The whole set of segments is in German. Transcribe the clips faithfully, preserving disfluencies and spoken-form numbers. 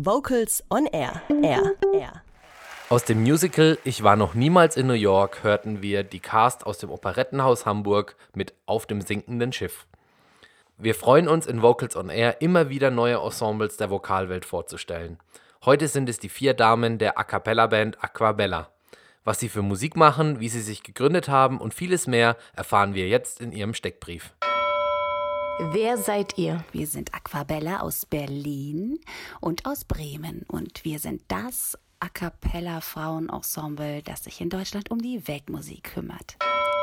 Vocals on Air. Air. Air. Aus dem Musical Ich war noch niemals in New York hörten wir die Cast aus dem Operettenhaus Hamburg mit Auf dem sinkenden Schiff. Wir freuen uns in Vocals on Air immer wieder neue Ensembles der Vokalwelt vorzustellen. Heute sind es die vier Damen der A-Cappella-Band Aquabella. Was sie für Musik machen, wie sie sich gegründet haben und vieles mehr erfahren wir jetzt in ihrem Steckbrief. Wer seid ihr? Wir sind Aquabella aus Berlin und aus Bremen und wir sind das A-Cappella-Frauenensemble, das sich in Deutschland um die Weltmusik kümmert.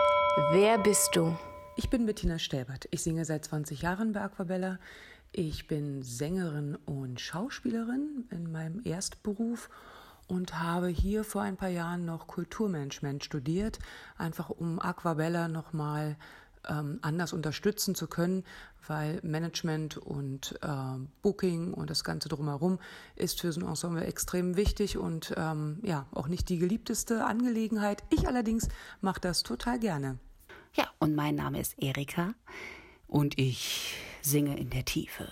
Wer bist du? Ich bin Bettina Stäbert. Ich singe seit zwanzig Jahren bei Aquabella. Ich bin Sängerin und Schauspielerin in meinem Erstberuf und habe hier vor ein paar Jahren noch Kulturmanagement studiert, einfach um Aquabella nochmal ähm, anders unterstützen zu können, weil Management und äh, Booking und das Ganze drumherum ist für so ein Ensemble extrem wichtig und ähm, ja, auch nicht die geliebteste Angelegenheit. Ich allerdings mache das total gerne. Ja, und mein Name ist Erika und ich singe in der Tiefe.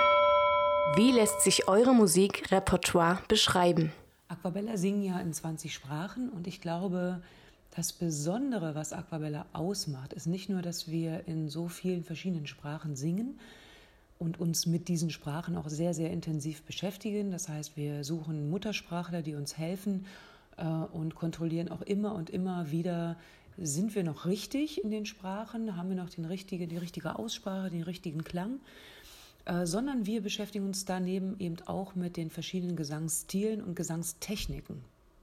Wie lässt sich eure Musikrepertoire beschreiben? Aquabella singen ja in zwanzig Sprachen und ich glaube, das Besondere, was Aquabella ausmacht, ist nicht nur, dass wir in so vielen verschiedenen Sprachen singen und uns mit diesen Sprachen auch sehr, sehr intensiv beschäftigen. Das heißt, wir suchen Muttersprachler, die uns helfen äh, und kontrollieren auch immer und immer wieder, sind wir noch richtig in den Sprachen, haben wir noch den richtige, die richtige Aussprache, den richtigen Klang. Äh, sondern wir beschäftigen uns daneben eben auch mit den verschiedenen Gesangsstilen und Gesangstechniken.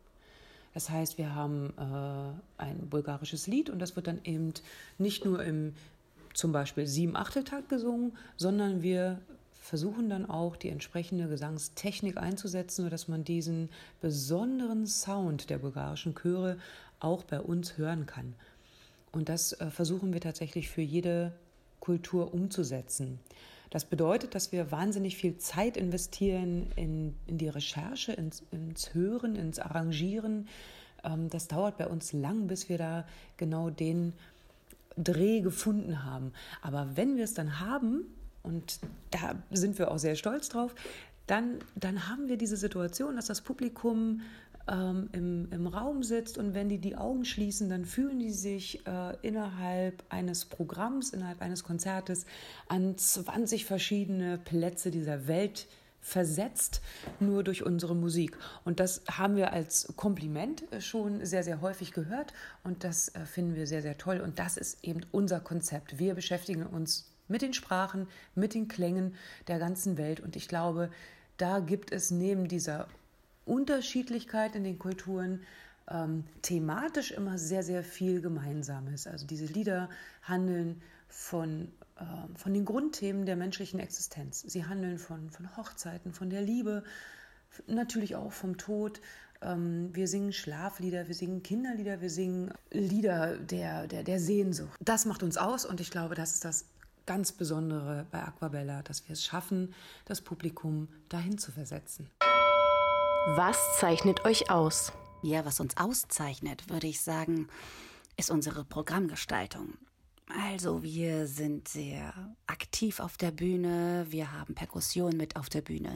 Das heißt, wir haben äh, ein bulgarisches Lied und das wird dann eben nicht nur im zum Beispiel Sieben-Achteltakt gesungen, sondern wir versuchen dann auch die entsprechende Gesangstechnik einzusetzen, sodass man diesen besonderen Sound der bulgarischen Chöre auch bei uns hören kann. Und das äh, versuchen wir tatsächlich für jede Kultur umzusetzen. Das bedeutet, dass wir wahnsinnig viel Zeit investieren in, in die Recherche, ins, ins Hören, ins Arrangieren. Ähm, das dauert bei uns lang, bis wir da genau den Dreh gefunden haben. Aber wenn wir es dann haben, und da sind wir auch sehr stolz drauf, dann, dann haben wir diese Situation, dass das Publikum ähm, im, im Raum sitzt und wenn die die Augen schließen, dann fühlen die sich äh, innerhalb eines Programms, innerhalb eines Konzertes an zwanzig verschiedene Plätze dieser Welt versetzt, nur durch unsere Musik. Und das haben wir als Kompliment schon sehr, sehr häufig gehört und das äh, finden wir sehr, sehr toll. Und das ist eben unser Konzept. Wir beschäftigen uns mit den Sprachen, mit den Klängen der ganzen Welt und ich glaube, da gibt es neben dieser Unterschiedlichkeit in den Kulturen ähm, thematisch immer sehr, sehr viel Gemeinsames. Also diese Lieder handeln von, äh, von den Grundthemen der menschlichen Existenz. Sie handeln von, von Hochzeiten, von der Liebe, natürlich auch vom Tod. Ähm, wir singen Schlaflieder, wir singen Kinderlieder, wir singen Lieder der, der, der Sehnsucht. Das macht uns aus und ich glaube, das ist das ganz Besondere bei Aquabella, dass wir es schaffen, das Publikum dahin zu versetzen. Was zeichnet euch aus? Ja, was uns auszeichnet, würde ich sagen, ist unsere Programmgestaltung. Also wir sind sehr aktiv auf der Bühne, wir haben Perkussion mit auf der Bühne.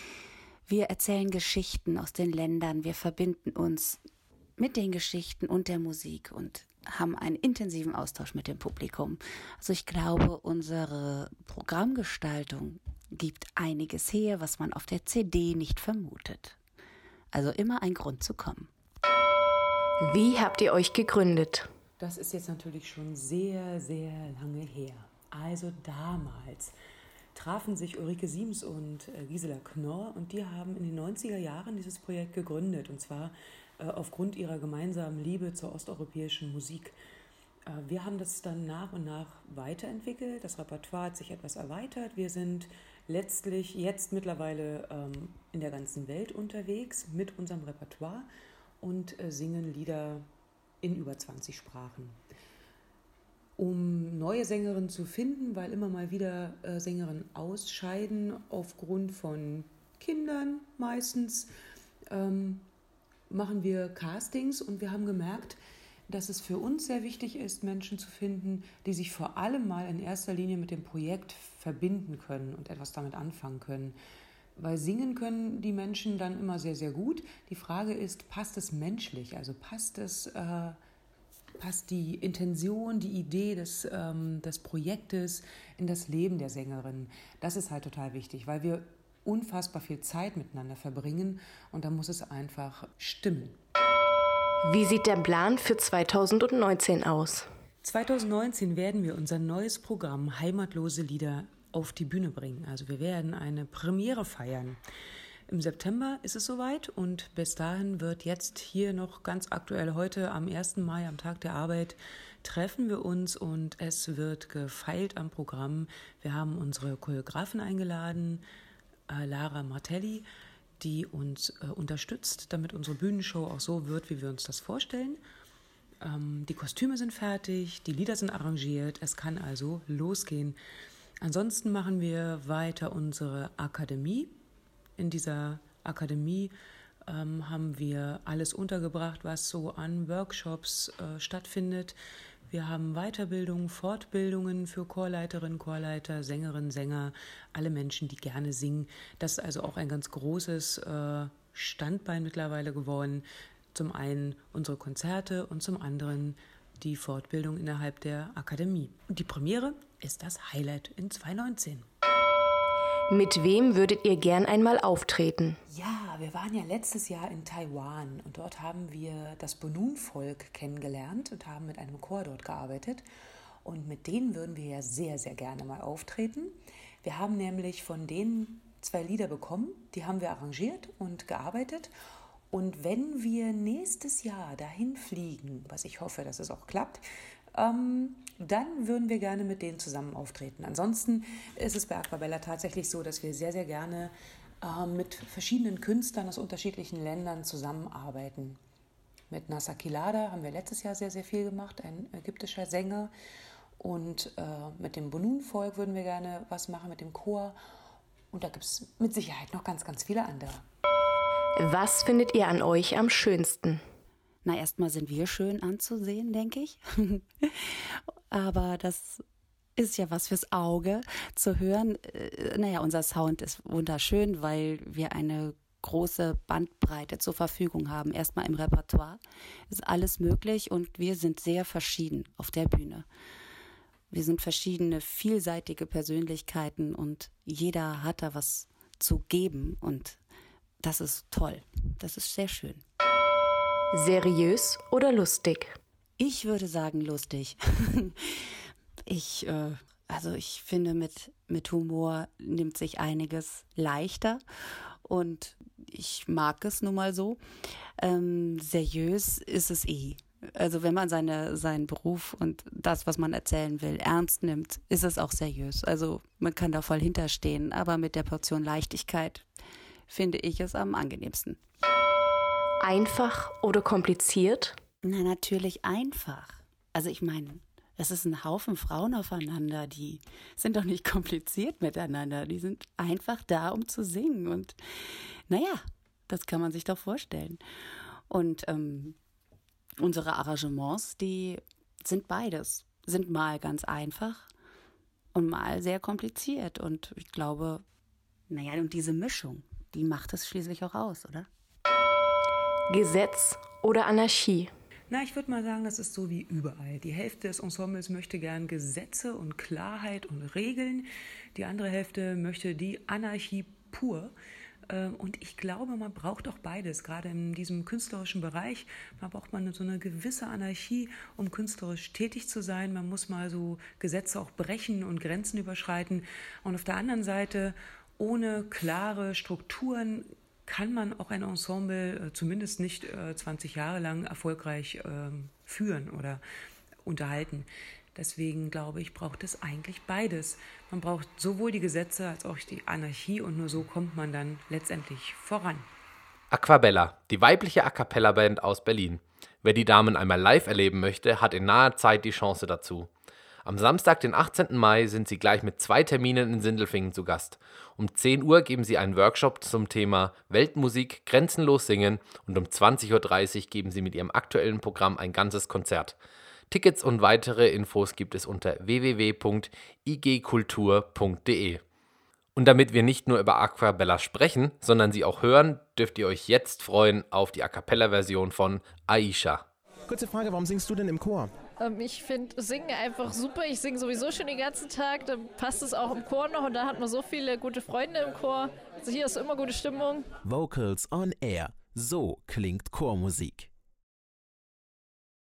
Wir erzählen Geschichten aus den Ländern, wir verbinden uns mit den Geschichten und der Musik und haben einen intensiven Austausch mit dem Publikum. Also ich glaube, unsere Programmgestaltung gibt einiges her, was man auf der C D nicht vermutet. Also immer ein Grund zu kommen. Wie habt ihr euch gegründet? Das ist jetzt natürlich schon sehr, sehr lange her. Also damals trafen sich Ulrike Siems und Gisela Knorr und die haben in den neunziger Jahren dieses Projekt gegründet und zwar äh, aufgrund ihrer gemeinsamen Liebe zur osteuropäischen Musik. Äh, wir haben das dann nach und nach weiterentwickelt, das Repertoire hat sich etwas erweitert. Wir sind letztlich jetzt mittlerweile ähm, in der ganzen Welt unterwegs mit unserem Repertoire und äh, singen Lieder in über zwanzig Sprachen. Um neue Sängerinnen zu finden, weil immer mal wieder äh, Sängerinnen ausscheiden aufgrund von Kindern meistens, ähm, machen wir Castings und wir haben gemerkt, dass es für uns sehr wichtig ist, Menschen zu finden, die sich vor allem mal in erster Linie mit dem Projekt verbinden können und etwas damit anfangen können. Weil singen können die Menschen dann immer sehr, sehr gut. Die Frage ist, passt es menschlich? Also passt es, äh, passt die Intention, die Idee des, ähm, des Projektes in das Leben der Sängerin? Das ist halt total wichtig, weil wir unfassbar viel Zeit miteinander verbringen und da muss es einfach stimmen. Wie sieht der Plan für zweitausendneunzehn aus? zweitausendneunzehn werden wir unser neues Programm Heimatlose Lieder auf die Bühne bringen. Also wir werden eine Premiere feiern. Im September ist es soweit und bis dahin wird jetzt hier noch ganz aktuell heute am ersten Mai, am Tag der Arbeit, treffen wir uns und es wird gefeilt am Programm. Wir haben unsere Choreografin eingeladen, äh, Lara Martelli, die uns äh, unterstützt, damit unsere Bühnenshow auch so wird, wie wir uns das vorstellen. Ähm, die Kostüme sind fertig, die Lieder sind arrangiert, es kann also losgehen. Ansonsten machen wir weiter unsere Akademie. In dieser Akademie ähm, haben wir alles untergebracht, was so an Workshops äh, stattfindet. Wir haben Weiterbildungen, Fortbildungen für Chorleiterinnen, Chorleiter, Sängerinnen, Sänger, alle Menschen, die gerne singen. Das ist also auch ein ganz großes äh, Standbein mittlerweile geworden. Zum einen unsere Konzerte und zum anderen die Fortbildung innerhalb der Akademie. Und die Premiere ist das Highlight in zweitausendneunzehn. Mit wem würdet ihr gern einmal auftreten? Ja, wir waren ja letztes Jahr in Taiwan und dort haben wir das Bunun-Volk kennengelernt und haben mit einem Chor dort gearbeitet. Und mit denen würden wir ja sehr, sehr gerne mal auftreten. Wir haben nämlich von denen zwei Lieder bekommen, die haben wir arrangiert und gearbeitet. Und wenn wir nächstes Jahr dahin fliegen, was ich hoffe, dass es auch klappt, ähm, dann würden wir gerne mit denen zusammen auftreten. Ansonsten ist es bei Aquabella tatsächlich so, dass wir sehr, sehr gerne äh, mit verschiedenen Künstlern aus unterschiedlichen Ländern zusammenarbeiten. Mit Nasser Kilada haben wir letztes Jahr sehr, sehr viel gemacht, ein ägyptischer Sänger. Und äh, mit dem Bunun-Volk würden wir gerne was machen, mit dem Chor. Und da gibt es mit Sicherheit noch ganz, ganz viele andere. Was findet ihr an euch am schönsten? Na, erstmal sind wir schön anzusehen, denke ich. Aber das ist ja was fürs Auge zu hören. Naja, unser Sound ist wunderschön, weil wir eine große Bandbreite zur Verfügung haben. Erstmal im Repertoire ist alles möglich und wir sind sehr verschieden auf der Bühne. Wir sind verschiedene, vielseitige Persönlichkeiten und jeder hat da was zu geben und das ist toll. Das ist sehr schön. Seriös oder lustig? Ich würde sagen lustig. ich, äh, also ich finde, mit, mit Humor nimmt sich einiges leichter und ich mag es nun mal so. Ähm, seriös ist es eh. Also wenn man seine, seinen Beruf und das, was man erzählen will, ernst nimmt, ist es auch seriös. Also man kann da voll hinterstehen, aber mit der Portion Leichtigkeit finde ich es am angenehmsten. Einfach oder kompliziert? Na, natürlich einfach. Also ich meine, es ist ein Haufen Frauen aufeinander, die sind doch nicht kompliziert miteinander. Die sind einfach da, um zu singen. Und naja, das kann man sich doch vorstellen. Und ähm, unsere Arrangements, die sind beides. Sind mal ganz einfach und mal sehr kompliziert. Und ich glaube, naja, und diese Mischung, die macht es schließlich auch aus, oder? Gesetz oder Anarchie? Na, ich würde mal sagen, das ist so wie überall. Die Hälfte des Ensembles möchte gern Gesetze und Klarheit und Regeln. Die andere Hälfte möchte die Anarchie pur. Und ich glaube, man braucht auch beides, gerade in diesem künstlerischen Bereich. Man braucht man so eine gewisse Anarchie, um künstlerisch tätig zu sein. Man muss mal so Gesetze auch brechen und Grenzen überschreiten. Und auf der anderen Seite, ohne klare Strukturen, kann man auch ein Ensemble äh, zumindest nicht äh, zwanzig Jahre lang erfolgreich äh, führen oder unterhalten. Deswegen glaube ich, braucht es eigentlich beides. Man braucht sowohl die Gesetze als auch die Anarchie und nur so kommt man dann letztendlich voran. Aquabella, die weibliche A-Cappella-Band aus Berlin. Wer die Damen einmal live erleben möchte, hat in naher Zeit die Chance dazu. Am Samstag, den achtzehnten Mai, sind sie gleich mit zwei Terminen in Sindelfingen zu Gast. Um zehn Uhr geben sie einen Workshop zum Thema Weltmusik, grenzenlos singen und um zwanzig Uhr dreißig geben sie mit ihrem aktuellen Programm ein ganzes Konzert. Tickets und weitere Infos gibt es unter w w w punkt i g kultur punkt d e. Und damit wir nicht nur über Aquabella sprechen, sondern sie auch hören, dürft ihr euch jetzt freuen auf die A-Cappella-Version von Aisha. Kurze Frage, warum singst du denn im Chor? Ähm, ich finde Singen einfach super. Ich singe sowieso schon den ganzen Tag. Dann passt es auch im Chor noch und da hat man so viele gute Freunde im Chor. Also hier ist immer gute Stimmung. Vocals on Air. So klingt Chormusik.